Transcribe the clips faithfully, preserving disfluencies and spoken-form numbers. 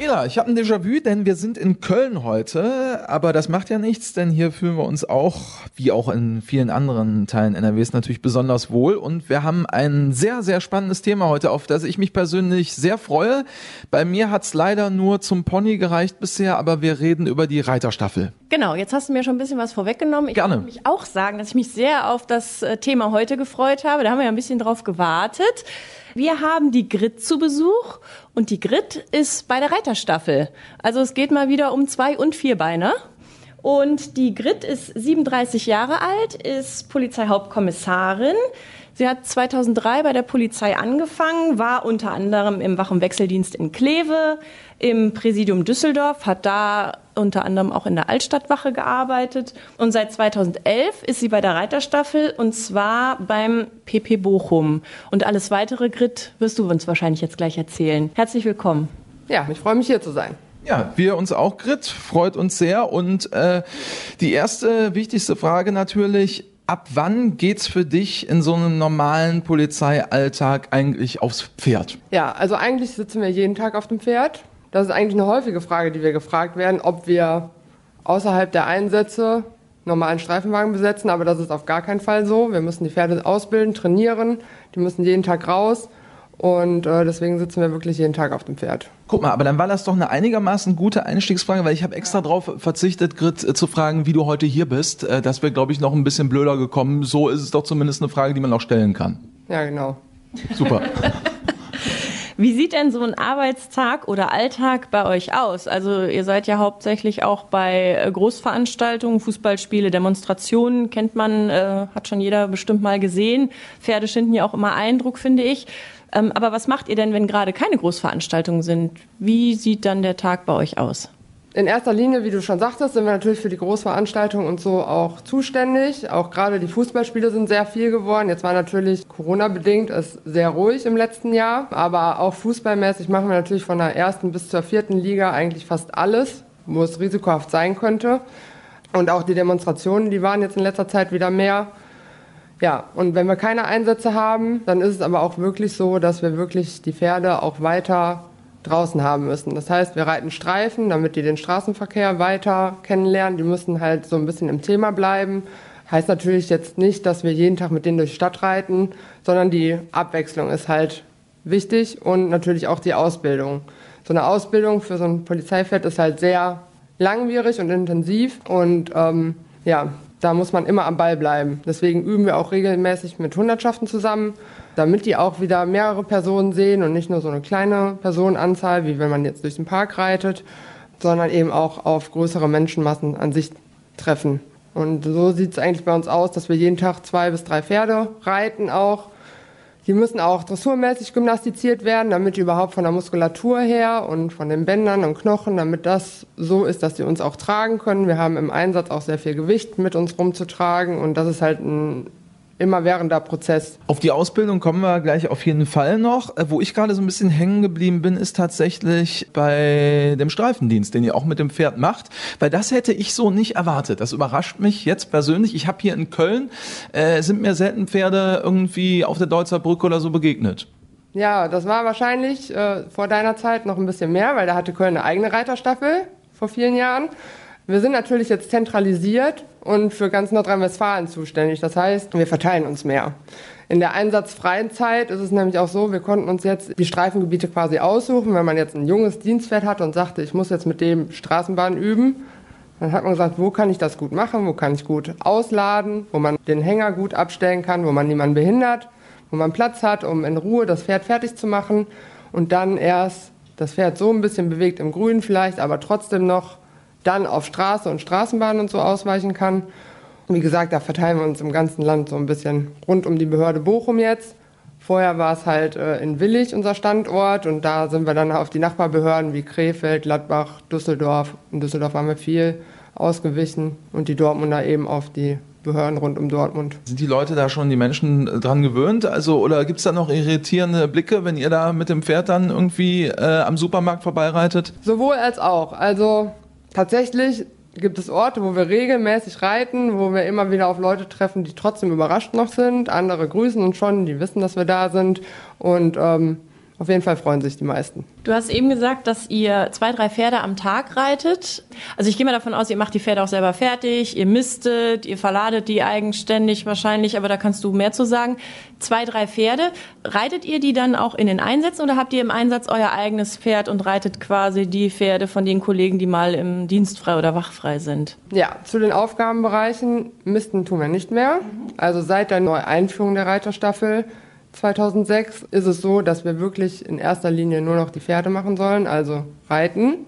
Daniela, ich habe ein Déjà-vu, denn wir sind in Köln heute, aber das macht ja nichts, denn hier fühlen wir uns auch, wie auch in vielen anderen Teilen N R Ws, natürlich besonders wohl und wir haben ein sehr, sehr spannendes Thema heute, auf das ich mich persönlich sehr freue. Bei mir hat's leider nur zum Pony gereicht bisher, aber wir reden über die Reiterstaffel. Genau, jetzt hast du mir schon ein bisschen was vorweggenommen. Ich Gerne. kann mich auch sagen, dass ich mich sehr auf das Thema heute gefreut habe. Da haben wir ja ein bisschen drauf gewartet. Wir haben die Grit zu Besuch und die Grit ist bei der Reiterstaffel. Also es geht mal wieder um Zwei- und Vierbeiner. Und die Grit ist siebenunddreißig Jahre alt, ist Polizeihauptkommissarin. Sie hat zweitausenddrei bei der Polizei angefangen, war unter anderem im Wach- und Wechseldienst in Kleve, im Präsidium Düsseldorf, hat da unter anderem auch in der Altstadtwache gearbeitet. Und seit zweitausendelf ist sie bei der Reiterstaffel und zwar beim P P Bochum. Und alles weitere, Grit, wirst du uns wahrscheinlich jetzt gleich erzählen. Herzlich willkommen. Ja, ich freue mich, hier zu sein. Ja, wir uns auch, Grit, freut uns sehr. Und äh, die erste wichtigste Frage natürlich: Ab wann geht's für dich in so einem normalen Polizeialltag eigentlich aufs Pferd? Ja, also eigentlich sitzen wir jeden Tag auf dem Pferd. Das ist eigentlich eine häufige Frage, die wir gefragt werden, ob wir außerhalb der Einsätze normalen Streifenwagen besetzen, aber das ist auf gar keinen Fall so. Wir müssen die Pferde ausbilden, trainieren, die müssen jeden Tag raus und äh, deswegen sitzen wir wirklich jeden Tag auf dem Pferd. Guck mal, aber dann war das doch eine einigermaßen gute Einstiegsfrage, weil ich habe extra drauf verzichtet, Grit, äh, zu fragen, wie du heute hier bist. Äh, das wäre, glaube ich, noch ein bisschen blöder gekommen. So ist es doch zumindest eine Frage, die man auch stellen kann. Ja, genau. Super. Wie sieht denn so ein Arbeitstag oder Alltag bei euch aus? Also ihr seid ja hauptsächlich auch bei Großveranstaltungen, Fußballspiele, Demonstrationen, kennt man, äh, hat schon jeder bestimmt mal gesehen. Pferde schinden ja auch immer Eindruck, finde ich. Ähm, aber was macht ihr denn, wenn gerade keine Großveranstaltungen sind? Wie sieht dann der Tag bei euch aus? In erster Linie, wie du schon sagtest, sind wir natürlich für die Großveranstaltungen und so auch zuständig. Auch gerade die Fußballspiele sind sehr viel geworden. Jetzt war natürlich Corona-bedingt es sehr ruhig im letzten Jahr. Aber auch fußballmäßig machen wir natürlich von der ersten bis zur vierten Liga eigentlich fast alles, wo es risikohaft sein könnte. Und auch die Demonstrationen, die waren jetzt in letzter Zeit wieder mehr. Ja, und wenn wir keine Einsätze haben, dann ist es aber auch wirklich so, dass wir wirklich die Pferde auch weiter draußen haben müssen. Das heißt, wir reiten Streifen, damit die den Straßenverkehr weiter kennenlernen. Die müssen halt so ein bisschen im Thema bleiben. Heißt natürlich jetzt nicht, dass wir jeden Tag mit denen durch die Stadt reiten, sondern die Abwechslung ist halt wichtig und natürlich auch die Ausbildung. So eine Ausbildung für so ein Polizeipferd ist halt sehr langwierig und intensiv und ähm, ja, da muss man immer am Ball bleiben. Deswegen üben wir auch regelmäßig mit Hundertschaften zusammen, damit die auch wieder mehrere Personen sehen und nicht nur so eine kleine Personenanzahl, wie wenn man jetzt durch den Park reitet, sondern eben auch auf größere Menschenmassen an sich treffen. Und so sieht es eigentlich bei uns aus, dass wir jeden Tag zwei bis drei Pferde reiten auch. Die müssen auch dressurmäßig gymnastiziert werden, damit die überhaupt von der Muskulatur her und von den Bändern und Knochen, damit das so ist, dass die uns auch tragen können. Wir haben im Einsatz auch sehr viel Gewicht mit uns rumzutragen und das ist halt ein immerwährender Prozess. Auf die Ausbildung kommen wir gleich auf jeden Fall noch. Wo ich gerade so ein bisschen hängen geblieben bin, ist tatsächlich bei dem Streifendienst, den ihr auch mit dem Pferd macht, weil das hätte ich so nicht erwartet. Das überrascht mich jetzt persönlich. Ich habe hier in Köln, äh, sind mir selten Pferde irgendwie auf der Deutzer Brücke oder so begegnet. Ja, das war wahrscheinlich äh, vor deiner Zeit noch ein bisschen mehr, weil da hatte Köln eine eigene Reiterstaffel vor vielen Jahren. Wir sind natürlich jetzt zentralisiert und für ganz Nordrhein-Westfalen zuständig. Das heißt, wir verteilen uns mehr. In der einsatzfreien Zeit ist es nämlich auch so, wir konnten uns jetzt die Streifengebiete quasi aussuchen. Wenn man jetzt ein junges Dienstpferd hat und sagte, ich muss jetzt mit dem Straßenbahn üben, dann hat man gesagt, wo kann ich das gut machen, wo kann ich gut ausladen, wo man den Hänger gut abstellen kann, wo man niemanden behindert, wo man Platz hat, um in Ruhe das Pferd fertig zu machen und dann erst das Pferd so ein bisschen bewegt im Grün vielleicht, aber trotzdem noch dann auf Straße und Straßenbahn und so ausweichen kann. Wie gesagt, da verteilen wir uns im ganzen Land so ein bisschen rund um die Behörde Bochum jetzt. Vorher war es halt äh, in Willich unser Standort und da sind wir dann auf die Nachbarbehörden wie Krefeld, Gladbach, Düsseldorf. In Düsseldorf haben wir viel ausgewichen und die Dortmunder eben auf die Behörden rund um Dortmund. Sind die Leute da schon, die Menschen, dran gewöhnt? Also, oder gibt es da noch irritierende Blicke, wenn ihr da mit dem Pferd dann irgendwie äh, am Supermarkt vorbeireitet? Sowohl als auch. Also tatsächlich gibt es Orte, wo wir regelmäßig reiten, wo wir immer wieder auf Leute treffen, die trotzdem überrascht noch sind. Andere grüßen uns schon, die wissen, dass wir da sind. Und ähm, auf jeden Fall freuen sich die meisten. Du hast eben gesagt, dass ihr zwei, drei Pferde am Tag reitet. Also ich gehe mal davon aus, ihr macht die Pferde auch selber fertig, ihr mistet, ihr verladet die eigenständig wahrscheinlich, aber da kannst du mehr zu sagen. Zwei, drei Pferde. Reitet ihr die dann auch in den Einsätzen oder habt ihr im Einsatz euer eigenes Pferd und reitet quasi die Pferde von den Kollegen, die mal im dienstfrei oder wachfrei sind? Ja, zu den Aufgabenbereichen misten tun wir nicht mehr. Also seit der Neueinführung der Reiterstaffel zweitausendsechs ist es so, dass wir wirklich in erster Linie nur noch die Pferde machen sollen, also reiten.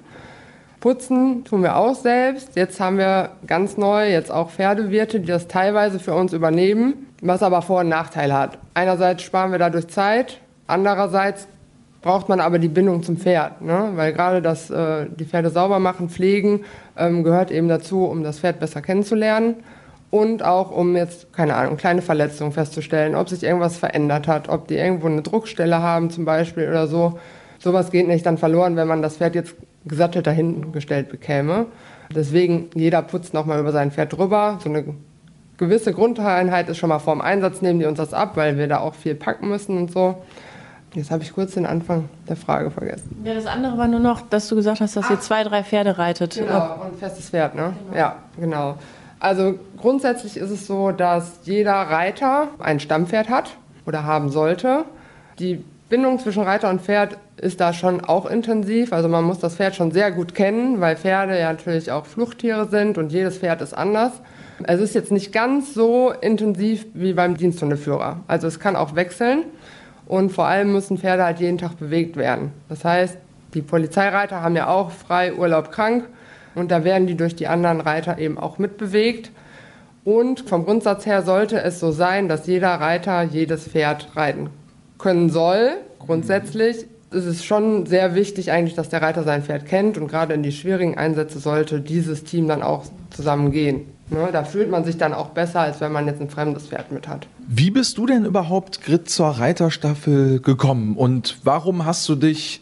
Putzen tun wir auch selbst. Jetzt haben wir ganz neu jetzt auch Pferdewirte, die das teilweise für uns übernehmen, was aber Vor- und Nachteile hat. Einerseits sparen wir dadurch Zeit, andererseits braucht man aber die Bindung zum Pferd, ne? Weil gerade das äh, die Pferde sauber machen, pflegen, ähm, gehört eben dazu, um das Pferd besser kennenzulernen. Und auch, um jetzt, keine Ahnung, kleine Verletzungen festzustellen, ob sich irgendwas verändert hat, ob die irgendwo eine Druckstelle haben zum Beispiel oder so. Sowas geht nicht dann verloren, wenn man das Pferd jetzt gesattelt dahin gestellt bekäme. Deswegen, jeder putzt nochmal über sein Pferd drüber. So eine gewisse Grundeinheit ist schon mal vorm Einsatz, nehmen die uns das ab, weil wir da auch viel packen müssen und so. Jetzt habe ich kurz den Anfang der Frage vergessen. Ja, das andere war nur noch, dass du gesagt hast, dass ihr zwei, drei Pferde reitet. Genau, und ein festes Pferd, ne? Genau. Ja, genau. Also grundsätzlich ist es so, dass jeder Reiter ein Stammpferd hat oder haben sollte. Die Bindung zwischen Reiter und Pferd ist da schon auch intensiv. Also man muss das Pferd schon sehr gut kennen, weil Pferde ja natürlich auch Fluchttiere sind und jedes Pferd ist anders. Es ist jetzt nicht ganz so intensiv wie beim Diensthundeführer. Also es kann auch wechseln und vor allem müssen Pferde halt jeden Tag bewegt werden. Das heißt, die Polizeireiter haben ja auch frei, Urlaub, krank. Und da werden die durch die anderen Reiter eben auch mitbewegt. Und vom Grundsatz her sollte es so sein, dass jeder Reiter jedes Pferd reiten können soll. Grundsätzlich ist es schon sehr wichtig eigentlich, dass der Reiter sein Pferd kennt. Und gerade in die schwierigen Einsätze sollte dieses Team dann auch zusammen gehen. Ne, da fühlt man sich dann auch besser, als wenn man jetzt ein fremdes Pferd mit hat. Wie bist du denn überhaupt, Grit, zur Reiterstaffel gekommen? Und warum hast du dich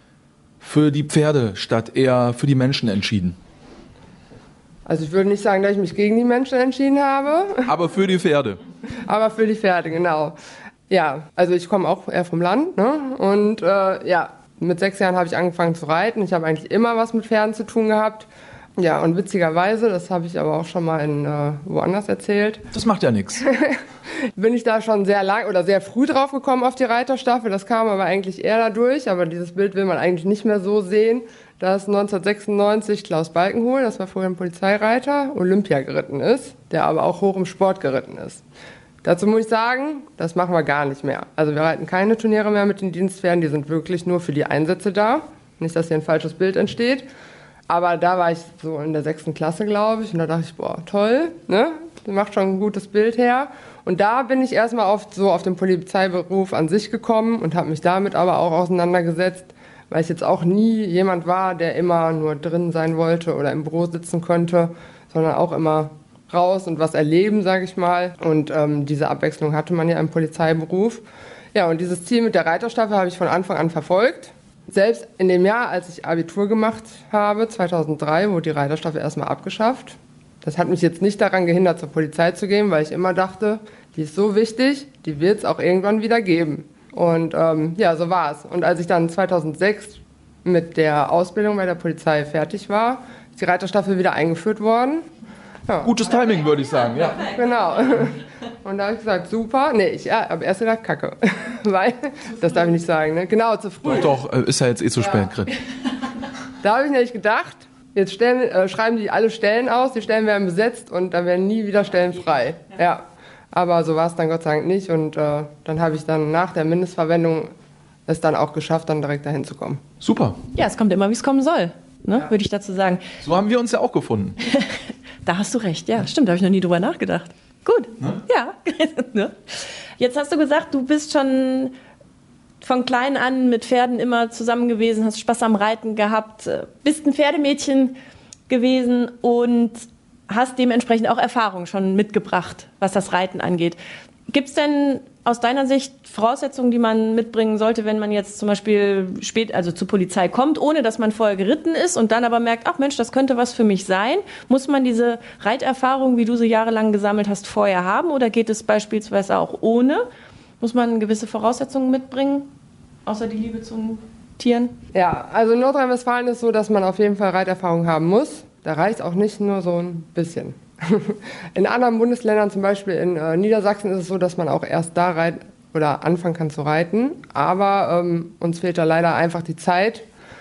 für die Pferde statt eher für die Menschen entschieden? Also ich würde nicht sagen, dass ich mich gegen die Menschen entschieden habe. Aber für die Pferde. Aber für die Pferde, genau. Ja, also ich komme auch eher vom Land, ne? Und äh, ja, mit sechs Jahren habe ich angefangen zu reiten. Ich habe eigentlich immer was mit Pferden zu tun gehabt. Ja, und witzigerweise, das habe ich aber auch schon mal in, äh, woanders erzählt. Das macht ja nichts. Bin ich da schon sehr lang oder sehr früh drauf gekommen auf die Reiterstaffel. Das kam aber eigentlich eher dadurch. Aber dieses Bild will man eigentlich nicht mehr so sehen, dass neunzehnhundertsechsundneunzig Klaus Balkenhol, das war vorher ein Polizeireiter, Olympia geritten ist, der aber auch hoch im Sport geritten ist. Dazu muss ich sagen, das machen wir gar nicht mehr. Also wir reiten keine Turniere mehr mit den Dienstpferden, die sind wirklich nur für die Einsätze da. Nicht, dass hier ein falsches Bild entsteht. Aber da war ich so in der sechsten Klasse, glaube ich, und da dachte ich, boah, toll, ne? Das macht schon ein gutes Bild her. Und da bin ich erstmal auf, so auf den Polizeiberuf an sich gekommen und habe mich damit aber auch auseinandergesetzt, weil ich jetzt auch nie jemand war, der immer nur drin sein wollte oder im Büro sitzen konnte, sondern auch immer raus und was erleben, sage ich mal. Und ähm, diese Abwechslung hatte man ja im Polizeiberuf. Ja, und dieses Ziel mit der Reiterstaffel habe ich von Anfang an verfolgt. Selbst in dem Jahr, als ich Abitur gemacht habe, zweitausenddrei, wurde die Reiterstaffel erstmal abgeschafft. Das hat mich jetzt nicht daran gehindert, zur Polizei zu gehen, weil ich immer dachte, die ist so wichtig, die wird es auch irgendwann wieder geben. Und ähm, ja, so war es. Und als ich dann zweitausendsechs mit der Ausbildung bei der Polizei fertig war, ist die Reiterstaffel wieder eingeführt worden. Ja. Gutes Timing, würde ich sagen, ja. Genau. Und da habe ich gesagt, super. Nee, ich ja, habe erst gedacht, kacke. Weil, das darf ich nicht sagen, ne? Genau, zu früh. Doch, doch, ist ja jetzt eh zu spät, Grit. Da habe ich nämlich gedacht, jetzt stellen, äh, schreiben die alle Stellen aus, die Stellen werden besetzt und dann werden nie wieder Stellen frei. Ja. Aber so war es dann Gott sei Dank nicht. Und äh, dann habe ich dann nach der Mindestverwendung es dann auch geschafft, dann direkt dahin zu kommen. Super. Ja, es kommt immer, wie es kommen soll, ne? Ja. Würde ich dazu sagen. So haben wir uns ja auch gefunden. Da hast du recht, ja, stimmt, da habe ich noch nie drüber nachgedacht. Gut, ne? Ja. Ne? Jetzt hast du gesagt, du bist schon von klein an mit Pferden immer zusammen gewesen, hast Spaß am Reiten gehabt, bist ein Pferdemädchen gewesen und hast dementsprechend auch Erfahrung schon mitgebracht, was das Reiten angeht. Gibt es denn aus deiner Sicht Voraussetzungen, die man mitbringen sollte, wenn man jetzt zum Beispiel spät, also zur Polizei kommt, ohne dass man vorher geritten ist und dann aber merkt, ach Mensch, das könnte was für mich sein? Muss man diese Reiterfahrung, wie du sie jahrelang gesammelt hast, vorher haben oder geht es beispielsweise auch ohne? Muss man gewisse Voraussetzungen mitbringen? außer die Liebe zu Tieren? Ja, also in Nordrhein-Westfalen ist so, dass man auf jeden Fall Reiterfahrung haben muss. Da reicht auch nicht nur so ein bisschen. In anderen Bundesländern, zum Beispiel in äh, Niedersachsen, ist es so, dass man auch erst da reit oder anfangen kann zu reiten. Aber ähm, uns fehlt da leider einfach die Zeit.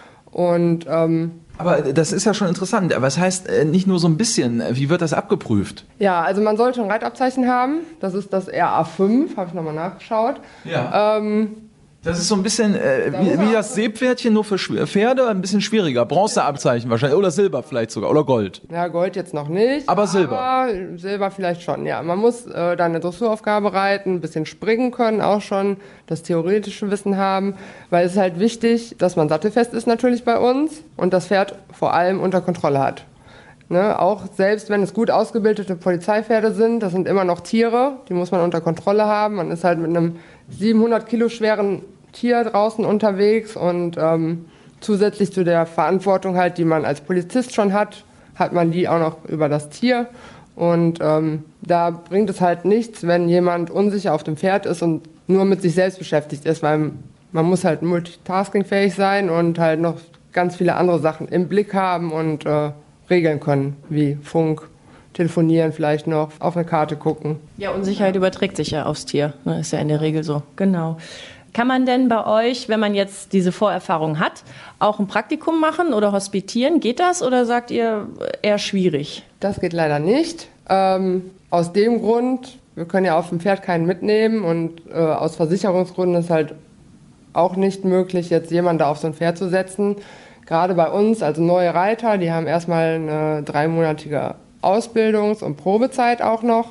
Und ähm, aber das ist ja schon interessant. Aber es heißt äh, nicht nur so ein bisschen. Wie wird das abgeprüft? ja, also man sollte ein Reitabzeichen haben. Das ist das R A fünf, habe ich nochmal nachgeschaut. Ja. Ähm, Das ist so ein bisschen äh, wie, wie das Seepferdchen, nur für Schw- Pferde, ein bisschen schwieriger. Bronzeabzeichen wahrscheinlich oder Silber vielleicht sogar oder Gold. Ja, Gold jetzt noch nicht. Aber Silber. Aber Silber vielleicht schon, ja. Man muss äh, da eine Dressuraufgabe reiten, ein bisschen springen können, auch schon das theoretische Wissen haben, weil es ist halt wichtig, dass man sattelfest ist natürlich bei uns und das Pferd vor allem unter Kontrolle hat. Ne, auch selbst wenn es gut ausgebildete Polizeipferde sind, das sind immer noch Tiere, die muss man unter Kontrolle haben. Man ist halt mit einem siebenhundert Kilo schweren Tier draußen unterwegs und ähm, zusätzlich zu der Verantwortung halt, die man als Polizist schon hat, hat man die auch noch über das Tier. Und ähm, da bringt es halt nichts, wenn jemand unsicher auf dem Pferd ist und nur mit sich selbst beschäftigt ist, weil man muss halt multitaskingfähig sein und halt noch ganz viele andere Sachen im Blick haben und äh, regeln können, wie Funk, telefonieren vielleicht noch, auf eine Karte gucken. Ja, Unsicherheit überträgt sich ja aufs Tier. Ne? Ist ja in der Regel so. Genau. Kann man denn bei euch, wenn man jetzt diese Vorerfahrung hat, auch ein Praktikum machen oder hospitieren? Geht das oder sagt ihr eher schwierig? Das geht leider nicht. Ähm, aus dem Grund, wir können ja auf dem Pferd keinen mitnehmen und äh, aus Versicherungsgründen ist halt auch nicht möglich, jetzt jemanden da auf so ein Pferd zu setzen. Gerade bei uns, also neue Reiter, die haben erstmal eine dreimonatige Ausbildungs- und Probezeit auch noch.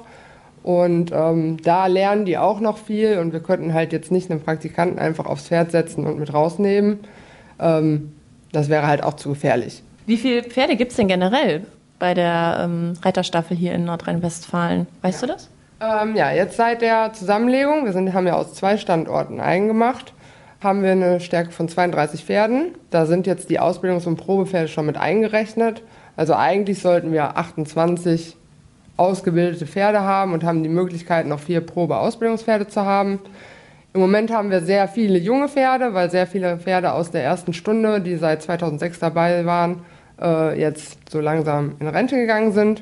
Und ähm, da lernen die auch noch viel und wir könnten halt jetzt nicht einen Praktikanten einfach aufs Pferd setzen und mit rausnehmen. Ähm, das wäre halt auch zu gefährlich. Wie viele Pferde gibt es denn generell bei der ähm, Reiterstaffel hier in Nordrhein-Westfalen? Weißt ja. du das? Ähm, ja, jetzt seit der Zusammenlegung, wir sind, haben ja aus zwei Standorten eingemacht, haben wir eine Stärke von zweiunddreißig Pferden. Da sind jetzt die Ausbildungs- und Probepferde schon mit eingerechnet. Also eigentlich sollten wir achtundzwanzig ausgebildete Pferde haben und haben die Möglichkeit, noch vier Probe-Ausbildungspferde zu haben. Im Moment haben wir sehr viele junge Pferde, weil sehr viele Pferde aus der ersten Stunde, die seit zweitausendsechs dabei waren, äh, jetzt so langsam in Rente gegangen sind.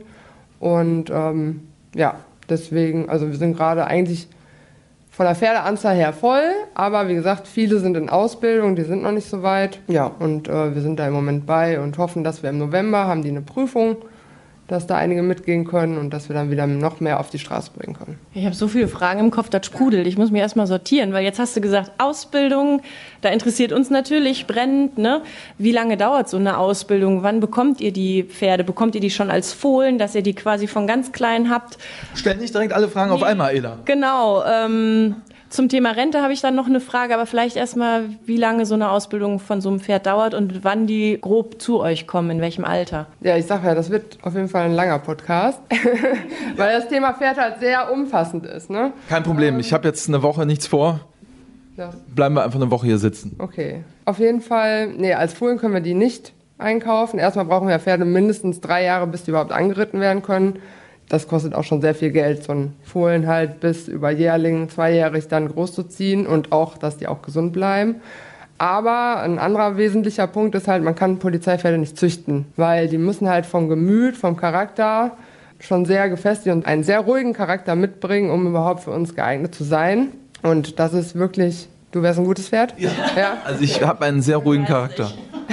Und ähm, ja, deswegen, also wir sind gerade eigentlich von der Pferdeanzahl her voll, aber wie gesagt, viele sind in Ausbildung, die sind noch nicht so weit. Ja, und äh, wir sind da im Moment bei und hoffen, dass wir im November haben die eine Prüfung, dass da einige mitgehen können und dass wir dann wieder noch mehr auf die Straße bringen können. Ich habe so viele Fragen im Kopf, das sprudelt. Ich muss mich erstmal sortieren, weil jetzt hast du gesagt, Ausbildung, da interessiert uns natürlich brennend, ne? Wie lange dauert so eine Ausbildung? Wann bekommt ihr die Pferde? Bekommt ihr die schon als Fohlen, dass ihr die quasi von ganz klein habt? Stell nicht direkt alle Fragen nee. auf einmal, Ela. Genau. Ähm, zum Thema Rente habe ich dann noch eine Frage, aber vielleicht erstmal, wie lange so eine Ausbildung von so einem Pferd dauert und wann die grob zu euch kommen, in welchem Alter? Ja, ich sage ja, das wird auf jeden Fall ein langer Podcast, weil das Thema Pferd halt sehr umfassend ist. Ne? Kein Problem, ich habe jetzt eine Woche nichts vor. Ja. Bleiben wir einfach eine Woche hier sitzen. Okay, auf jeden Fall, nee, als Fohlen können wir die nicht einkaufen. Erstmal brauchen wir Pferde mindestens drei Jahre, bis die überhaupt angeritten werden können. Das kostet auch schon sehr viel Geld, so ein Fohlen halt bis über Jährling, zweijährig dann groß zu ziehen und auch, dass die auch gesund bleiben. Aber ein anderer wesentlicher Punkt ist halt, man kann Polizeipferde nicht züchten, weil die müssen halt vom Gemüt, vom Charakter schon sehr gefestigt und einen sehr ruhigen Charakter mitbringen, um überhaupt für uns geeignet zu sein. Und das ist wirklich, du wärst ein gutes Pferd? Ja, ja? Also ich habe einen sehr ruhigen Charakter.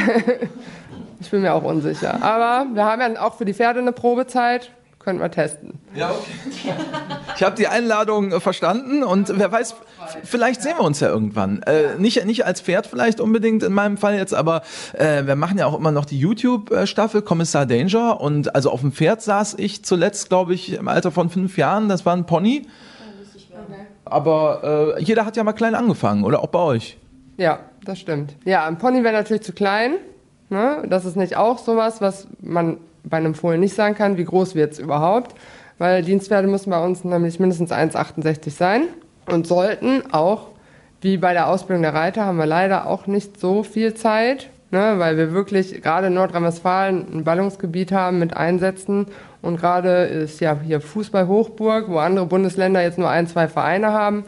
Ich bin mir auch unsicher. Aber wir haben ja auch für die Pferde eine Probezeit. Können wir testen. Ja, okay. Ich habe die Einladung äh, verstanden und wer weiß, vielleicht sehen wir uns ja irgendwann. Äh, nicht, nicht als Pferd vielleicht unbedingt in meinem Fall jetzt, aber äh, wir machen ja auch immer noch die YouTube-Staffel Kommissar Danger und also auf dem Pferd saß ich zuletzt, glaube ich, im Alter von fünf Jahren, das war ein Pony. Okay. Aber äh, jeder hat ja mal klein angefangen, oder auch bei euch? Ja, das stimmt. Ja, ein Pony wäre natürlich zu klein. Ne? Das ist nicht auch sowas, was man bei einem Fohlen nicht sagen kann, wie groß wird es überhaupt, weil Dienstpferde müssen bei uns nämlich mindestens eins Komma achtundsechzig sein und sollten auch, wie bei der Ausbildung der Reiter, haben wir leider auch nicht so viel Zeit, ne, weil wir wirklich gerade in Nordrhein-Westfalen ein Ballungsgebiet haben mit Einsätzen und gerade ist ja hier Fußball-Hochburg, wo andere Bundesländer jetzt nur ein, zwei Vereine haben,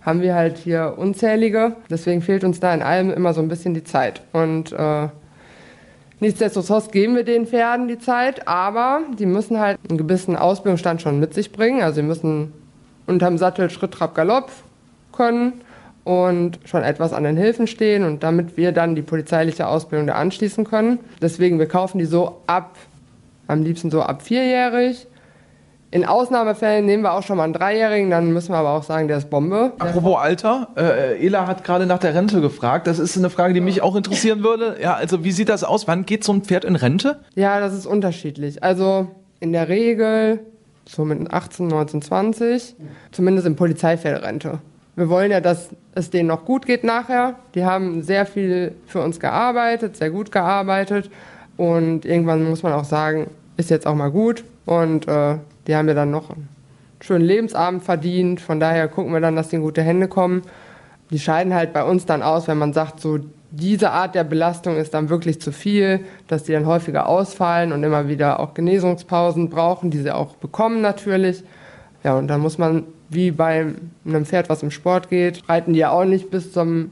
haben wir halt hier unzählige. Deswegen fehlt uns da in allem immer so ein bisschen die Zeit. Und äh, nichtsdestotrotz geben wir den Pferden die Zeit, aber die müssen halt einen gewissen Ausbildungsstand schon mit sich bringen. Also sie müssen unterm Sattel Schritt, Trab, Galopp können und schon etwas an den Hilfen stehen und damit wir dann die polizeiliche Ausbildung da anschließen können. Deswegen, wir kaufen die so ab, am liebsten so ab vierjährig. In Ausnahmefällen nehmen wir auch schon mal einen Dreijährigen, dann müssen wir aber auch sagen, der ist Bombe. Apropos Alter, äh, Ela hat gerade nach der Rente gefragt. Das ist eine Frage, die mich auch interessieren würde. Ja, also wie sieht das aus? Wann geht so ein Pferd in Rente? Ja, das ist unterschiedlich. Also in der Regel so mit achtzehn, neunzehn, zwanzig, zumindest in Polizeipferderente. Wir wollen ja, dass es denen noch gut geht nachher. Die haben sehr viel für uns gearbeitet, sehr gut gearbeitet. Und irgendwann muss man auch sagen, ist jetzt auch mal gut. Und äh, die haben ja dann noch einen schönen Lebensabend verdient. Von daher gucken wir dann, dass die in gute Hände kommen. Die scheiden halt bei uns dann aus, wenn man sagt, so diese Art der Belastung ist dann wirklich zu viel, dass die dann häufiger ausfallen und immer wieder auch Genesungspausen brauchen, die sie auch bekommen natürlich. Ja, und dann muss man, wie bei einem Pferd, was im Sport geht, reiten die ja auch nicht bis zum,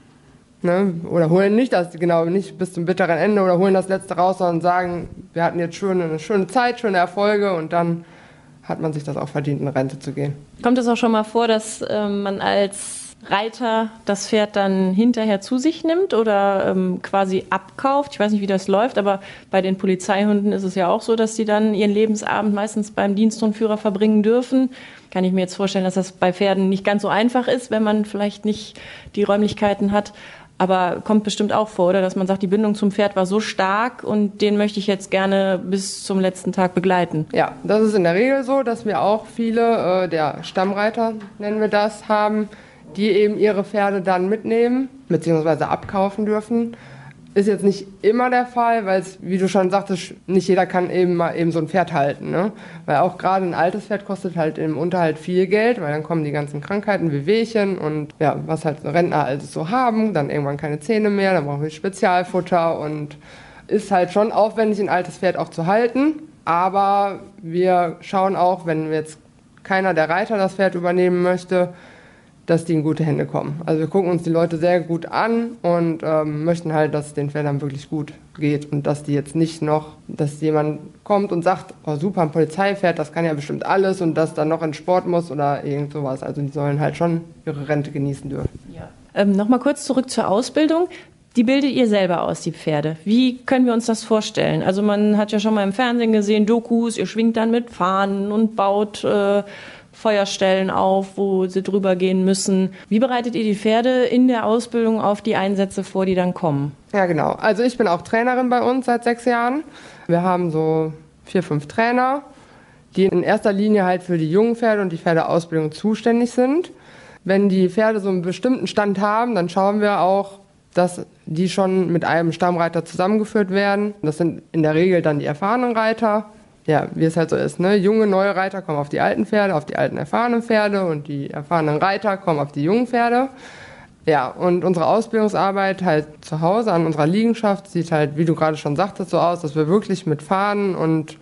ne, oder holen nicht das, genau, nicht bis zum bitteren Ende oder holen das Letzte raus, sondern sagen, wir hatten jetzt schön, eine schöne Zeit, schöne Erfolge und dann hat man sich das auch verdient, in Rente zu gehen. Kommt es auch schon mal vor, dass äh, man als Reiter das Pferd dann hinterher zu sich nimmt oder ähm, quasi abkauft? Ich weiß nicht, wie das läuft, aber bei den Polizeihunden ist es ja auch so, dass die dann ihren Lebensabend meistens beim Diensthundführer verbringen dürfen. Kann ich mir jetzt vorstellen, dass das bei Pferden nicht ganz so einfach ist, wenn man vielleicht nicht die Räumlichkeiten hat. Aber kommt bestimmt auch vor, oder? Dass man sagt, die Bindung zum Pferd war so stark und den möchte ich jetzt gerne bis zum letzten Tag begleiten. Ja, das ist in der Regel so, dass wir auch viele, äh, der Stammreiter nennen wir das, haben, die eben ihre Pferde dann mitnehmen, beziehungsweise abkaufen dürfen. Ist jetzt nicht immer der Fall, weil es, wie du schon sagtest, nicht jeder kann eben mal eben so ein Pferd halten, ne? Weil auch gerade ein altes Pferd kostet halt im Unterhalt viel Geld, weil dann kommen die ganzen Krankheiten wie Wehchen und ja, was halt Rentner also so haben, dann irgendwann keine Zähne mehr, dann brauchen wir Spezialfutter und ist halt schon aufwendig, ein altes Pferd auch zu halten. Aber wir schauen auch, wenn jetzt keiner der Reiter das Pferd übernehmen möchte, dass die in gute Hände kommen. Also wir gucken uns die Leute sehr gut an und ähm, möchten halt, dass es den Pferdern wirklich gut geht und dass die jetzt nicht noch, dass jemand kommt und sagt, oh super, ein Polizeipferd, das kann ja bestimmt alles und das dann noch in Sport muss oder irgend sowas. Also die sollen halt schon ihre Rente genießen dürfen. Ja. Ähm, Nochmal kurz zurück zur Ausbildung. Die bildet ihr selber aus, die Pferde. Wie können wir uns das vorstellen? Also man hat ja schon mal im Fernsehen gesehen, Dokus, ihr schwingt dann mit Fahnen und baut äh, Feuerstellen auf, wo sie drüber gehen müssen. Wie bereitet ihr die Pferde in der Ausbildung auf die Einsätze vor, die dann kommen? Ja, genau. Also ich bin auch Trainerin bei uns seit sechs Jahren. Wir haben so vier, fünf Trainer, die in erster Linie halt für die jungen Pferde und die Pferdeausbildung zuständig sind. Wenn die Pferde so einen bestimmten Stand haben, dann schauen wir auch, dass die schon mit einem Stammreiter zusammengeführt werden. Das sind in der Regel dann die erfahrenen Reiter. Ja, wie es halt so ist, ne? Junge, neue Reiter kommen auf die alten Pferde, auf die alten, erfahrenen Pferde und die erfahrenen Reiter kommen auf die jungen Pferde. Ja, und unsere Ausbildungsarbeit halt zu Hause an unserer Liegenschaft sieht halt, wie du gerade schon sagtest, so aus, dass wir wirklich mit Fahnen und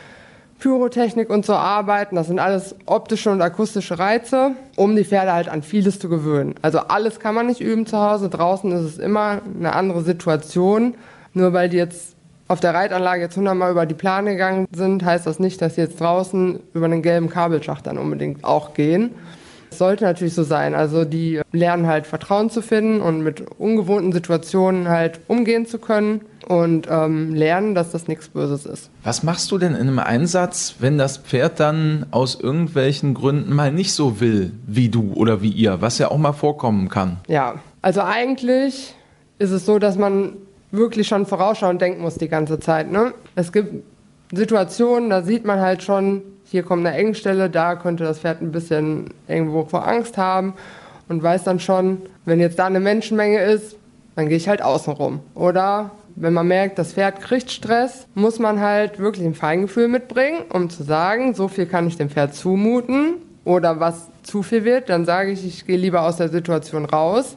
Pyrotechnik und so arbeiten. Das sind alles optische und akustische Reize, um die Pferde halt an vieles zu gewöhnen. Also alles kann man nicht üben zu Hause. Draußen ist es immer eine andere Situation. Nur weil die jetzt auf der Reitanlage jetzt hundertmal über die Plane gegangen sind, heißt das nicht, dass sie jetzt draußen über einen gelben Kabelschacht dann unbedingt auch gehen. Es sollte natürlich so sein. Also die lernen halt Vertrauen zu finden und mit ungewohnten Situationen halt umgehen zu können und ähm, lernen, dass das nichts Böses ist. Was machst du denn in einem Einsatz, wenn das Pferd dann aus irgendwelchen Gründen mal nicht so will wie du oder wie ihr, was ja auch mal vorkommen kann? Ja, also eigentlich ist es so, dass man wirklich schon vorausschauend denken muss die ganze Zeit, ne? Es gibt Situationen, da sieht man halt schon, hier kommt eine Engstelle, da könnte das Pferd ein bisschen irgendwo vor Angst haben und weiß dann schon, wenn jetzt da eine Menschenmenge ist, dann gehe ich halt außen rum. Oder wenn man merkt, das Pferd kriegt Stress, muss man halt wirklich ein Feingefühl mitbringen, um zu sagen, so viel kann ich dem Pferd zumuten. Oder was zu viel wird, dann sage ich, ich gehe lieber aus der Situation raus,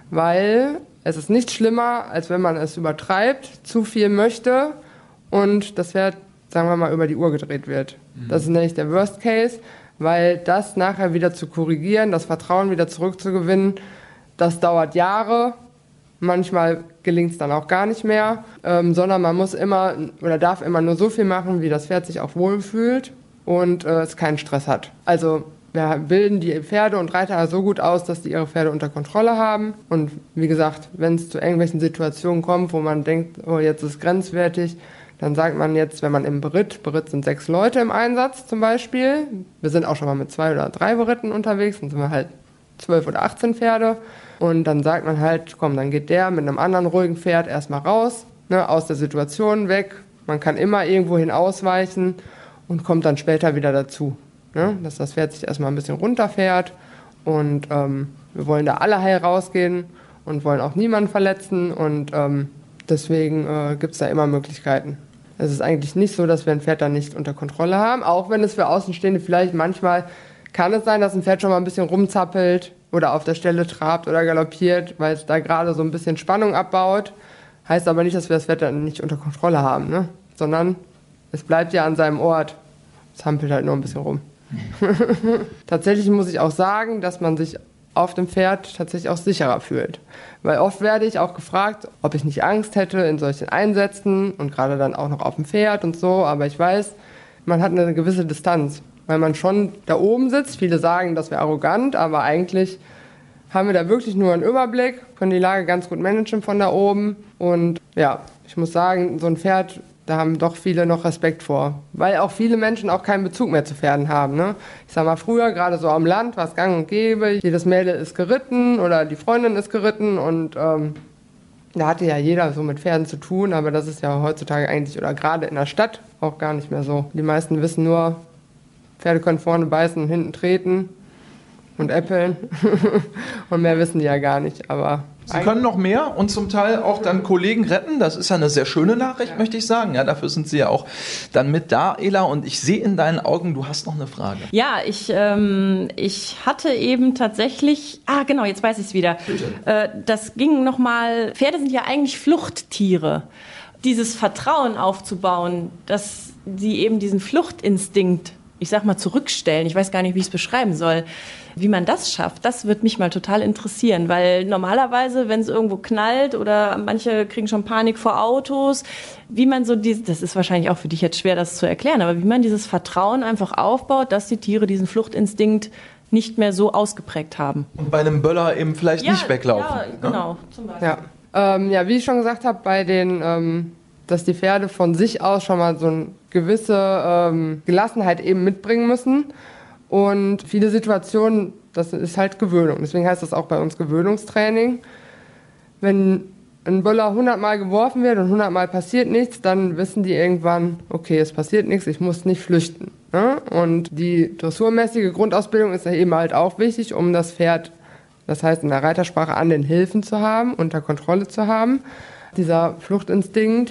weil es ist nicht schlimmer, als wenn man es übertreibt, zu viel möchte und das Pferd, sagen wir mal, über die Uhr gedreht wird. Mhm. Das ist nämlich der Worst Case, weil das nachher wieder zu korrigieren, das Vertrauen wieder zurückzugewinnen, das dauert Jahre. Manchmal gelingt es dann auch gar nicht mehr, ähm, sondern man muss immer oder darf immer nur so viel machen, wie das Pferd sich auch wohlfühlt und äh, es keinen Stress hat. Also wir bilden die Pferde und Reiter so gut aus, dass die ihre Pferde unter Kontrolle haben. Und wie gesagt, wenn es zu irgendwelchen Situationen kommt, wo man denkt, oh, jetzt ist grenzwertig, dann sagt man jetzt, wenn man im Beritt, Beritt sind sechs Leute im Einsatz zum Beispiel, wir sind auch schon mal mit zwei oder drei Beritten unterwegs, dann sind wir halt zwölf oder achtzehn Pferde. Und dann sagt man halt, komm, dann geht der mit einem anderen ruhigen Pferd erstmal raus, ne, aus der Situation weg. Man kann immer irgendwohin ausweichen und kommt dann später wieder dazu. Ne, dass das Pferd sich erstmal ein bisschen runterfährt. Und ähm, wir wollen da alle heil rausgehen und wollen auch niemanden verletzen. Und ähm, deswegen äh, gibt es da immer Möglichkeiten. Es ist eigentlich nicht so, dass wir ein Pferd dann nicht unter Kontrolle haben. Auch wenn es für Außenstehende vielleicht manchmal kann es sein, dass ein Pferd schon mal ein bisschen rumzappelt oder auf der Stelle trabt oder galoppiert, weil es da gerade so ein bisschen Spannung abbaut. Heißt aber nicht, dass wir das Pferd dann nicht unter Kontrolle haben, ne? Sondern es bleibt ja an seinem Ort. Es hampelt halt nur ein bisschen rum. Tatsächlich muss ich auch sagen, dass man sich auf dem Pferd tatsächlich auch sicherer fühlt. Weil oft werde ich auch gefragt, ob ich nicht Angst hätte in solchen Einsätzen und gerade dann auch noch auf dem Pferd und so. Aber ich weiß, man hat eine gewisse Distanz, weil man schon da oben sitzt. Viele sagen, das wäre arrogant, aber eigentlich haben wir da wirklich nur einen Überblick, können die Lage ganz gut managen von da oben. Und ja, ich muss sagen, so ein Pferd, da haben doch viele noch Respekt vor. Weil auch viele Menschen auch keinen Bezug mehr zu Pferden haben. Ne? Ich sag mal, früher, gerade so am Land, war es gang und gäbe. Jedes Mädel ist geritten oder die Freundin ist geritten. Und ähm, da hatte ja jeder so mit Pferden zu tun. Aber das ist ja heutzutage eigentlich, oder gerade in der Stadt, auch gar nicht mehr so. Die meisten wissen nur, Pferde können vorne beißen und hinten treten und äppeln. Und mehr wissen die ja gar nicht. Aber Sie können noch mehr und zum Teil auch dann Kollegen retten. Das ist ja eine sehr schöne Nachricht, ja. möchte ich sagen. Ja, dafür sind Sie ja auch dann mit da, Ela. Und ich sehe in deinen Augen, du hast noch eine Frage. Ja, ich, ähm, ich hatte eben tatsächlich, ah genau, jetzt weiß ich es wieder. Äh, das ging nochmal, Pferde sind ja eigentlich Fluchttiere. Dieses Vertrauen aufzubauen, dass sie eben diesen Fluchtinstinkt, ich sag mal, zurückstellen. Ich weiß gar nicht, wie ich es beschreiben soll. Wie man das schafft, das wird mich mal total interessieren, weil normalerweise, wenn es irgendwo knallt oder manche kriegen schon Panik vor Autos, wie man so dieses, das ist wahrscheinlich auch für dich jetzt schwer, das zu erklären, aber wie man dieses Vertrauen einfach aufbaut, dass die Tiere diesen Fluchtinstinkt nicht mehr so ausgeprägt haben. Und bei einem Böller eben vielleicht ja, nicht weglaufen. Ja, genau, ne? Zum Beispiel. Ja. Ähm, ja, wie ich schon gesagt habe, bei den, ähm, dass die Pferde von sich aus schon mal so eine gewisse ähm, Gelassenheit eben mitbringen müssen. Und viele Situationen, das ist halt Gewöhnung. Deswegen heißt das auch bei uns Gewöhnungstraining. Wenn ein Böller hundertmal geworfen wird und hundertmal passiert nichts, dann wissen die irgendwann, okay, es passiert nichts, ich muss nicht flüchten. Ne? Und die dressurmäßige Grundausbildung ist ja eben halt auch wichtig, um das Pferd, das heißt in der Reitersprache, an den Hilfen zu haben, unter Kontrolle zu haben. Dieser Fluchtinstinkt,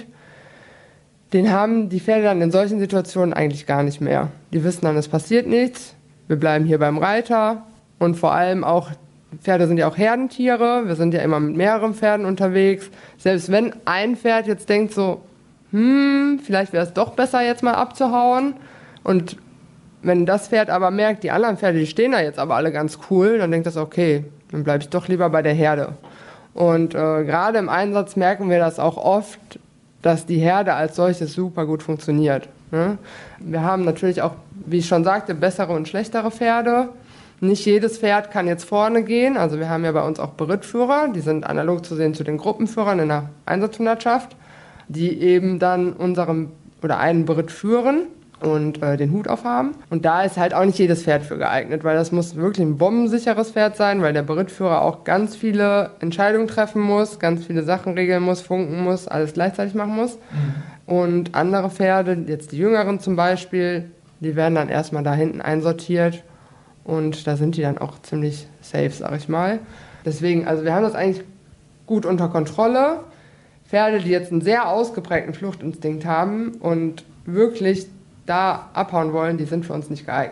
den haben die Pferde dann in solchen Situationen eigentlich gar nicht mehr. Die wissen dann, es passiert nichts. Wir bleiben hier beim Reiter und vor allem auch, Pferde sind ja auch Herdentiere, wir sind ja immer mit mehreren Pferden unterwegs. Selbst wenn ein Pferd jetzt denkt so, hm, vielleicht wäre es doch besser jetzt mal abzuhauen und wenn das Pferd aber merkt, die anderen Pferde, die stehen da jetzt aber alle ganz cool, dann denkt das, okay, dann bleibe ich doch lieber bei der Herde. Und äh, gerade im Einsatz merken wir das auch oft, dass die Herde als solches super gut funktioniert. Ne? Wir haben natürlich auch, wie ich schon sagte, bessere und schlechtere Pferde. Nicht jedes Pferd kann jetzt vorne gehen. Also wir haben ja bei uns auch Berittführer, die sind analog zu sehen zu den Gruppenführern in der Einsatzhundertschaft, die eben dann unseren oder einen Beritt führen und äh, den Hut aufhaben. Und da ist halt auch nicht jedes Pferd für geeignet, weil das muss wirklich ein bombensicheres Pferd sein, weil der Berittführer auch ganz viele Entscheidungen treffen muss, ganz viele Sachen regeln muss, funken muss, alles gleichzeitig machen muss. Mhm. Und andere Pferde, jetzt die Jüngeren zum Beispiel, die werden dann erstmal da hinten einsortiert und da sind die dann auch ziemlich safe, sag ich mal. Deswegen, also wir haben das eigentlich gut unter Kontrolle. Pferde, die jetzt einen sehr ausgeprägten Fluchtinstinkt haben und wirklich da abhauen wollen, die sind für uns nicht geeignet.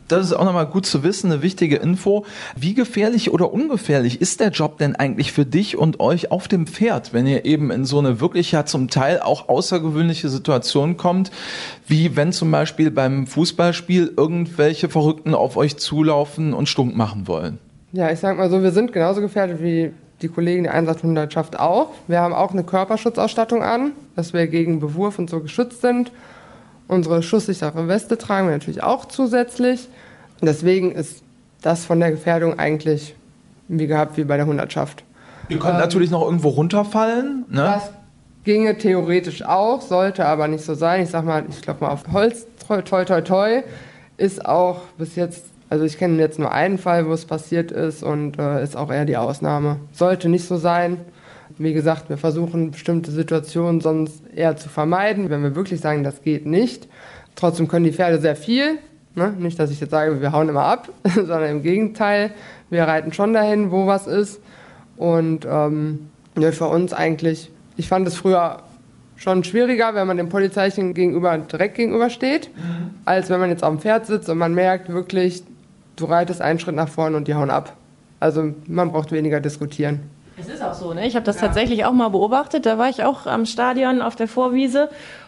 Das ist auch nochmal gut zu wissen, eine wichtige Info. Wie gefährlich oder ungefährlich ist der Job denn eigentlich für dich und euch auf dem Pferd, wenn ihr eben in so eine wirklich ja zum Teil auch außergewöhnliche Situation kommt, wie wenn zum Beispiel beim Fußballspiel irgendwelche Verrückten auf euch zulaufen und Stunk machen wollen? Ja, ich sag mal so, wir sind genauso gefährdet wie die Kollegen der Einsatzhundertschaft auch. Wir haben auch eine Körperschutzausstattung an, dass wir gegen Bewurf und so geschützt sind. Unsere schusssichere Weste tragen wir natürlich auch zusätzlich. Deswegen ist das von der Gefährdung eigentlich wie gehabt wie bei der Hundertschaft. Ihr könnt ähm, natürlich noch irgendwo runterfallen, ne? Das ginge theoretisch auch, sollte aber nicht so sein. Ich sag mal, ich glaube mal auf Holz, toi toi toi toi, ist auch bis jetzt, also ich kenne jetzt nur einen Fall, wo es passiert ist und äh, ist auch eher die Ausnahme. Sollte nicht so sein. Wie gesagt, wir versuchen bestimmte Situationen sonst eher zu vermeiden, wenn wir wirklich sagen, das geht nicht. Trotzdem können die Pferde sehr viel. Ne? Nicht, dass ich jetzt sage, wir hauen immer ab, sondern im Gegenteil, wir reiten schon dahin, wo was ist. Und ähm, ja, für uns eigentlich, ich fand es früher schon schwieriger, wenn man dem Polizeichen gegenüber direkt gegenübersteht, mhm. als wenn man jetzt auf dem Pferd sitzt und man merkt wirklich, du reitest einen Schritt nach vorne und die hauen ab. Also man braucht weniger diskutieren. Es ist auch so, ne? Ich habe das ja. tatsächlich auch mal beobachtet. Da war ich auch am Stadion auf der Vorwiese.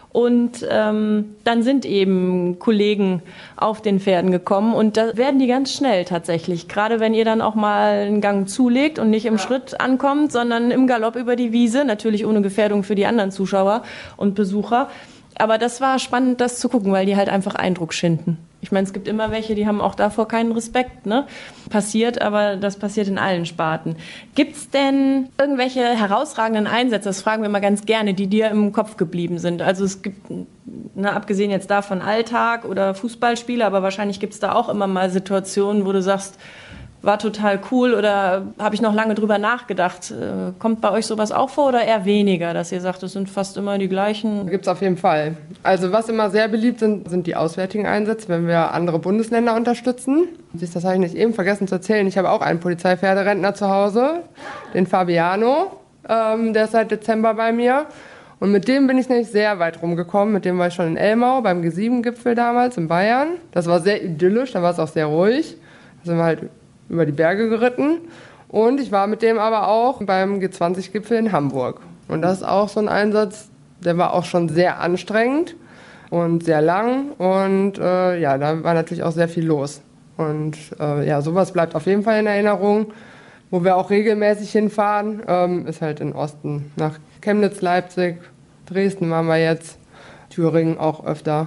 Und ähm, dann sind eben Kollegen auf den Pferden gekommen. Und da werden die ganz schnell tatsächlich. Gerade wenn ihr dann auch mal einen Gang zulegt und nicht im ja. Schritt ankommt, sondern im Galopp über die Wiese. Natürlich ohne Gefährdung für die anderen Zuschauer und Besucher. Aber das war spannend, das zu gucken, weil die halt einfach Eindruck schinden. Ich meine, es gibt immer welche, die haben auch davor keinen Respekt, ne? Passiert, aber das passiert in allen Sparten. Gibt's denn irgendwelche herausragenden Einsätze, das fragen wir mal ganz gerne, die dir im Kopf geblieben sind? Also es gibt, ne, abgesehen jetzt davon Alltag oder Fußballspiele, aber wahrscheinlich gibt's da auch immer mal Situationen, wo du sagst, war total cool oder habe ich noch lange drüber nachgedacht. Kommt bei euch sowas auch vor oder eher weniger, dass ihr sagt, es sind fast immer die gleichen? Gibt es auf jeden Fall. Also was immer sehr beliebt sind, sind die auswärtigen Einsätze, wenn wir andere Bundesländer unterstützen. Das habe ich nicht eben vergessen zu erzählen. Ich habe auch einen Polizeipferderentner zu Hause, den Fabiano, ähm, der ist seit Dezember bei mir. Und mit dem bin ich nämlich sehr weit rumgekommen. Mit dem war ich schon in Elmau beim G sieben Gipfel damals in Bayern. Das war sehr idyllisch, da war es auch sehr ruhig. Da sind wir halt über die Berge geritten und ich war mit dem aber auch beim G zwanzig Gipfel in Hamburg. Und das ist auch so ein Einsatz, der war auch schon sehr anstrengend und sehr lang und äh, ja, da war natürlich auch sehr viel los. Und äh, ja, sowas bleibt auf jeden Fall in Erinnerung. Wo wir auch regelmäßig hinfahren, ähm, ist halt in Osten, nach Chemnitz, Leipzig, Dresden waren wir jetzt, Thüringen auch öfter.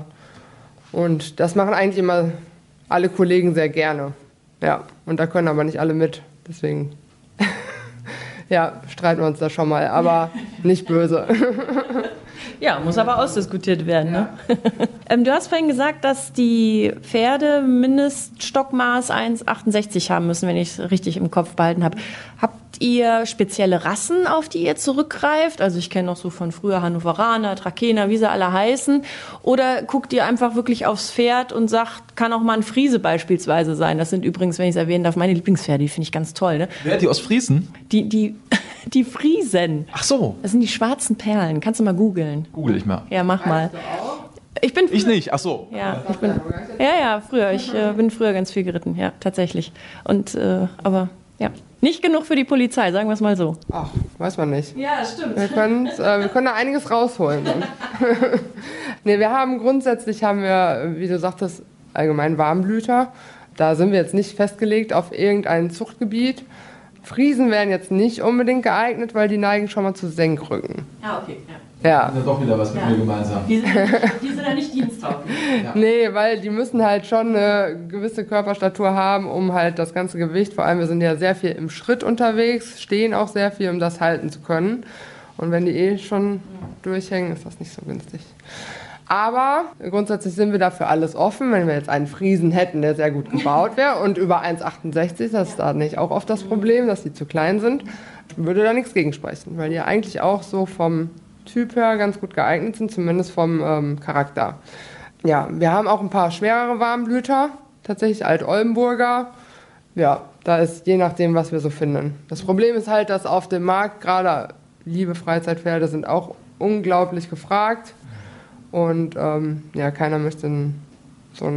Und das machen eigentlich immer alle Kollegen sehr gerne. Ja, und da können aber nicht alle mit, deswegen ja, streiten wir uns da schon mal, aber nicht böse. Ja, muss aber ausdiskutiert werden. Ne? Ja. ähm, du hast vorhin gesagt, dass die Pferde Mindeststockmaß eins Komma achtundsechzig haben müssen, wenn ich es richtig im Kopf behalten habe. Habt ihr spezielle Rassen, auf die ihr zurückgreift? Also ich kenne noch so von früher Hannoveraner, Trakener, wie sie alle heißen. Oder guckt ihr einfach wirklich aufs Pferd und sagt, kann auch mal ein Friese beispielsweise sein. Das sind übrigens, wenn ich es erwähnen darf, meine Lieblingspferde, die finde ich ganz toll. Ne? Wer, die aus Friesen? Die, die, die Friesen. Ach so. Das sind die schwarzen Perlen. Kannst du mal googeln. Google ich mal. Ja, mach mal. Ich bin früher, ich nicht, ach so. Ja, ich bin, ja, ja, früher. Ich äh, bin früher ganz viel geritten, ja, tatsächlich. Und, äh, aber, ja, nicht genug für die Polizei, sagen wir es mal so. Ach, weiß man nicht. Ja, stimmt. Wir, äh, wir können da einiges rausholen. Nee, wir haben grundsätzlich, haben wir, wie du sagtest, allgemein Warmblüter. Da sind wir jetzt nicht festgelegt auf irgendein Zuchtgebiet. Friesen wären jetzt nicht unbedingt geeignet, weil die neigen schon mal zu Senkrücken. Ah, okay, ja. Ja. Das ist doch wieder was mit ja. mir gemeinsam. Die sind, die sind ja nicht diensttauglich. Ja. Nee, weil die müssen halt schon eine gewisse Körperstatur haben, um halt das ganze Gewicht, vor allem wir sind ja sehr viel im Schritt unterwegs, stehen auch sehr viel, um das halten zu können. Und wenn die eh schon durchhängen, ist das nicht so günstig. Aber grundsätzlich sind wir dafür alles offen. Wenn wir jetzt einen Friesen hätten, der sehr gut gebaut wäre und über eins Komma achtundsechzig, das ist da nicht auch oft das Problem, dass die zu klein sind, würde da nichts gegen sprechen, weil die ja eigentlich auch so vom Typ her ganz gut geeignet sind, zumindest vom ähm, Charakter. Ja, wir haben auch ein paar schwerere Warmblüter, tatsächlich Alt-Oldenburger. Ja, da ist je nachdem, was wir so finden. Das Problem ist halt, dass auf dem Markt gerade liebe Freizeitpferde sind auch unglaublich gefragt. Und ähm, ja, keiner möchte einen, so einen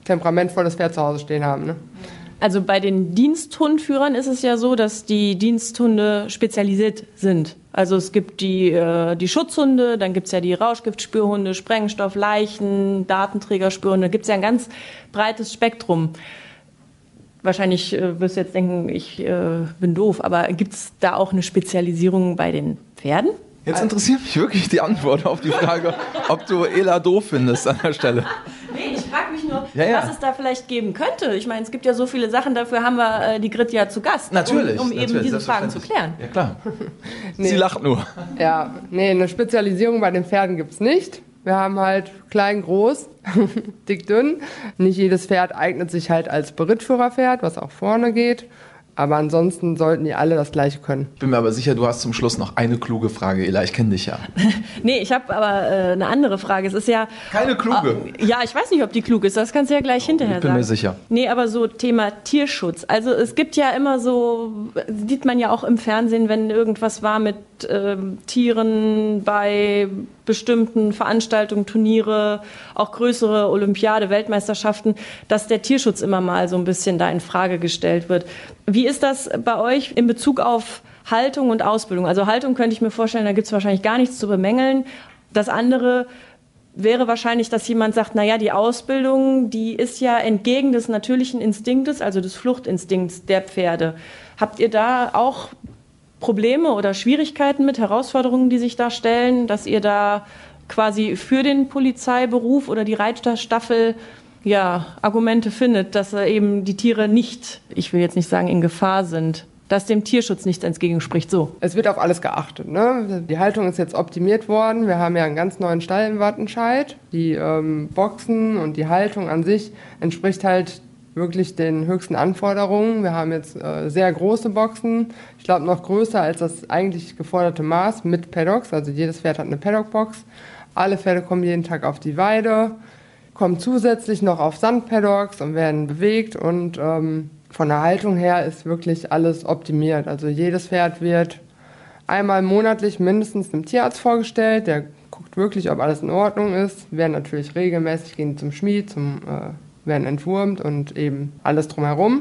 temperamentvolles Pferd zu Hause stehen haben. Ne? Also bei den Diensthundführern ist es ja so, dass die Diensthunde spezialisiert sind. Also es gibt die, äh, die Schutzhunde, dann gibt es ja die Rauschgiftspürhunde, Sprengstoff, Leichen, Datenträgerspürhunde. Da gibt es ja ein ganz breites Spektrum. Wahrscheinlich äh, wirst du jetzt denken, ich äh, bin doof, aber gibt es da auch eine Spezialisierung bei den Pferden? Jetzt interessiert mich wirklich die Antwort auf die Frage, ob du Ela doof findest an der Stelle. Nee, ich frage mich nur, ja, ja. was es da vielleicht geben könnte. Ich meine, es gibt ja so viele Sachen, dafür haben wir äh, die Grit ja zu Gast, natürlich, um, um natürlich, eben diese Fragen zu klären. Ja, klar. Nee. Sie lacht nur. Ja, nee, eine Spezialisierung bei den Pferden gibt's nicht. Wir haben halt klein, groß, dick, dünn. Nicht jedes Pferd eignet sich halt als Berittführerpferd, was auch vorne geht. Aber ansonsten sollten die alle das Gleiche können. Ich bin mir aber sicher, du hast zum Schluss noch eine kluge Frage, Ela. Ich kenne dich ja. Nee, ich habe aber äh, eine andere Frage. Es ist ja... Keine kluge? Äh, ja, ich weiß nicht, ob die klug ist. Das kannst du ja gleich hinterher sagen. Ich bin sagen. mir sicher. Nee, aber so Thema Tierschutz. Also es gibt ja immer so, sieht man ja auch im Fernsehen, wenn irgendwas war mit ähm, Tieren bei bestimmten Veranstaltungen, Turniere, auch größere Olympiade, Weltmeisterschaften, dass der Tierschutz immer mal so ein bisschen da in Frage gestellt wird. Wie ist das bei euch in Bezug auf Haltung und Ausbildung? Also Haltung könnte ich mir vorstellen, da gibt es wahrscheinlich gar nichts zu bemängeln. Das andere wäre wahrscheinlich, dass jemand sagt, naja, die Ausbildung, die ist ja entgegen des natürlichen Instinktes, also des Fluchtinstinkts der Pferde. Habt ihr da auch Probleme oder Schwierigkeiten mit, Herausforderungen, die sich da stellen, dass ihr da quasi für den Polizeiberuf oder die Reiterstaffel ja, Argumente findet, dass eben die Tiere nicht, ich will jetzt nicht sagen in Gefahr sind, dass dem Tierschutz nichts entgegenspricht, so? Es wird auf alles geachtet. Ne? Die Haltung ist jetzt optimiert worden. Wir haben ja einen ganz neuen Stall in Wattenscheid. Die ähm, Boxen und die Haltung an sich entspricht halt wirklich den höchsten Anforderungen. Wir haben jetzt äh, sehr große Boxen, ich glaube noch größer als das eigentlich geforderte Maß mit Paddocks, also jedes Pferd hat eine Paddock-Box. Alle Pferde kommen jeden Tag auf die Weide, kommen zusätzlich noch auf Sandpaddocks und werden bewegt und ähm, von der Haltung her ist wirklich alles optimiert. Also jedes Pferd wird einmal monatlich mindestens dem Tierarzt vorgestellt, der guckt wirklich, ob alles in Ordnung ist. Wir werden natürlich regelmäßig gehen zum Schmied, zum äh, werden entwurmt und eben alles drumherum.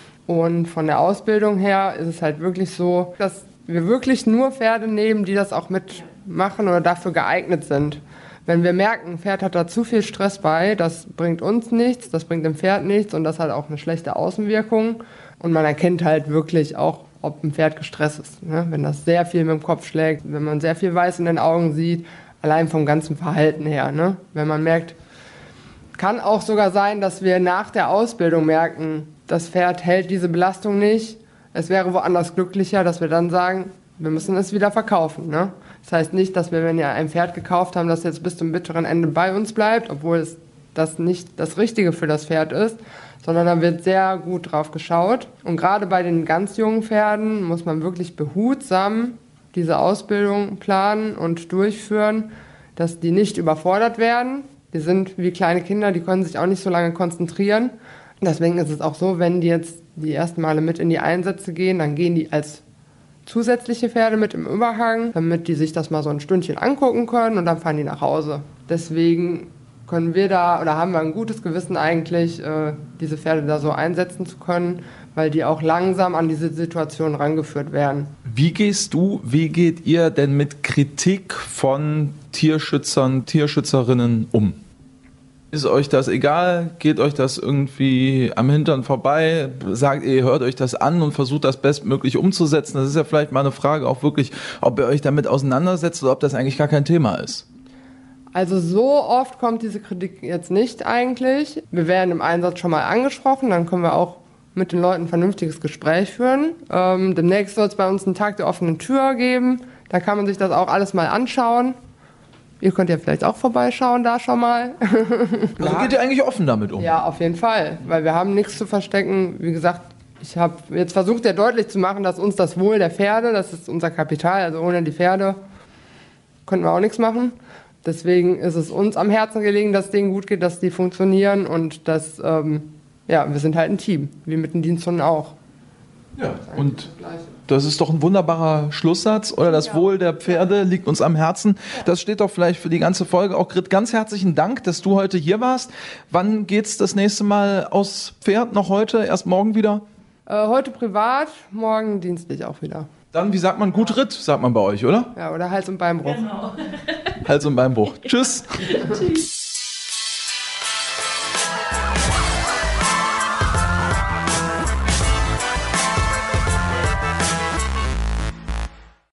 Und von der Ausbildung her ist es halt wirklich so, dass wir wirklich nur Pferde nehmen, die das auch mitmachen oder dafür geeignet sind. Wenn wir merken, ein Pferd hat da zu viel Stress bei, das bringt uns nichts, das bringt dem Pferd nichts und das hat auch eine schlechte Außenwirkung. Und man erkennt halt wirklich auch, ob ein Pferd gestresst ist. Ne? Wenn das sehr viel mit dem Kopf schlägt, wenn man sehr viel Weiß in den Augen sieht, allein vom ganzen Verhalten her. Ne? Wenn man merkt, kann auch sogar sein, dass wir nach der Ausbildung merken, das Pferd hält diese Belastung nicht. Es wäre woanders glücklicher, dass wir dann sagen, wir müssen es wieder verkaufen. Ne? Das heißt nicht, dass wir, wenn wir ein Pferd gekauft haben, das jetzt bis zum bitteren Ende bei uns bleibt, obwohl es das nicht das Richtige für das Pferd ist, sondern da wird sehr gut drauf geschaut. Und gerade bei den ganz jungen Pferden muss man wirklich behutsam diese Ausbildung planen und durchführen, dass die nicht überfordert werden. Die sind wie kleine Kinder, die können sich auch nicht so lange konzentrieren. Deswegen ist es auch so, wenn die jetzt die ersten Male mit in die Einsätze gehen, dann gehen die als zusätzliche Pferde mit im Überhang, damit die sich das mal so ein Stündchen angucken können und dann fahren die nach Hause. Deswegen können wir da, oder haben wir ein gutes Gewissen eigentlich, äh, diese Pferde da so einsetzen zu können, weil die auch langsam an diese Situation rangeführt werden. Wie gehst du, wie geht ihr denn mit Kritik von Tierschützern, Tierschützerinnen um? Ist euch das egal? Geht euch das irgendwie am Hintern vorbei? Sagt ihr, hört euch das an und versucht das bestmöglich umzusetzen? Das ist ja vielleicht mal eine Frage auch wirklich, ob ihr euch damit auseinandersetzt oder ob das eigentlich gar kein Thema ist. Also so oft kommt diese Kritik jetzt nicht eigentlich. Wir werden im Einsatz schon mal angesprochen, dann können wir auch mit den Leuten ein vernünftiges Gespräch führen. Ähm, demnächst soll es bei uns einen Tag der offenen Tür geben. Da kann man sich das auch alles mal anschauen. Ihr könnt ja vielleicht auch vorbeischauen da schon mal. Also geht ihr eigentlich offen damit um? Ja, auf jeden Fall, weil wir haben nichts zu verstecken. Wie gesagt, ich habe jetzt versucht, ja deutlich zu machen, dass uns das Wohl der Pferde, das ist unser Kapital, also ohne die Pferde könnten wir auch nichts machen. Deswegen ist es uns am Herzen gelegen, dass es denen gut geht, dass die funktionieren und dass, ähm, ja, wir sind halt ein Team, wie mit den Diensthunden auch. Ja, und das ist doch ein wunderbarer Schlusssatz. Oder das Wohl der Pferde liegt uns am Herzen. Das steht doch vielleicht für die ganze Folge. Auch Grit, ganz herzlichen Dank, dass du heute hier warst. Wann geht's das nächste Mal aufs Pferd? Noch heute? Erst morgen wieder? Äh, heute privat, morgen dienstlich auch wieder. Dann, wie sagt man, gut Ritt, sagt man bei euch, oder? Ja, oder Hals- und Beinbruch. Genau. Hals- und Beinbruch. Tschüss. Tschüss.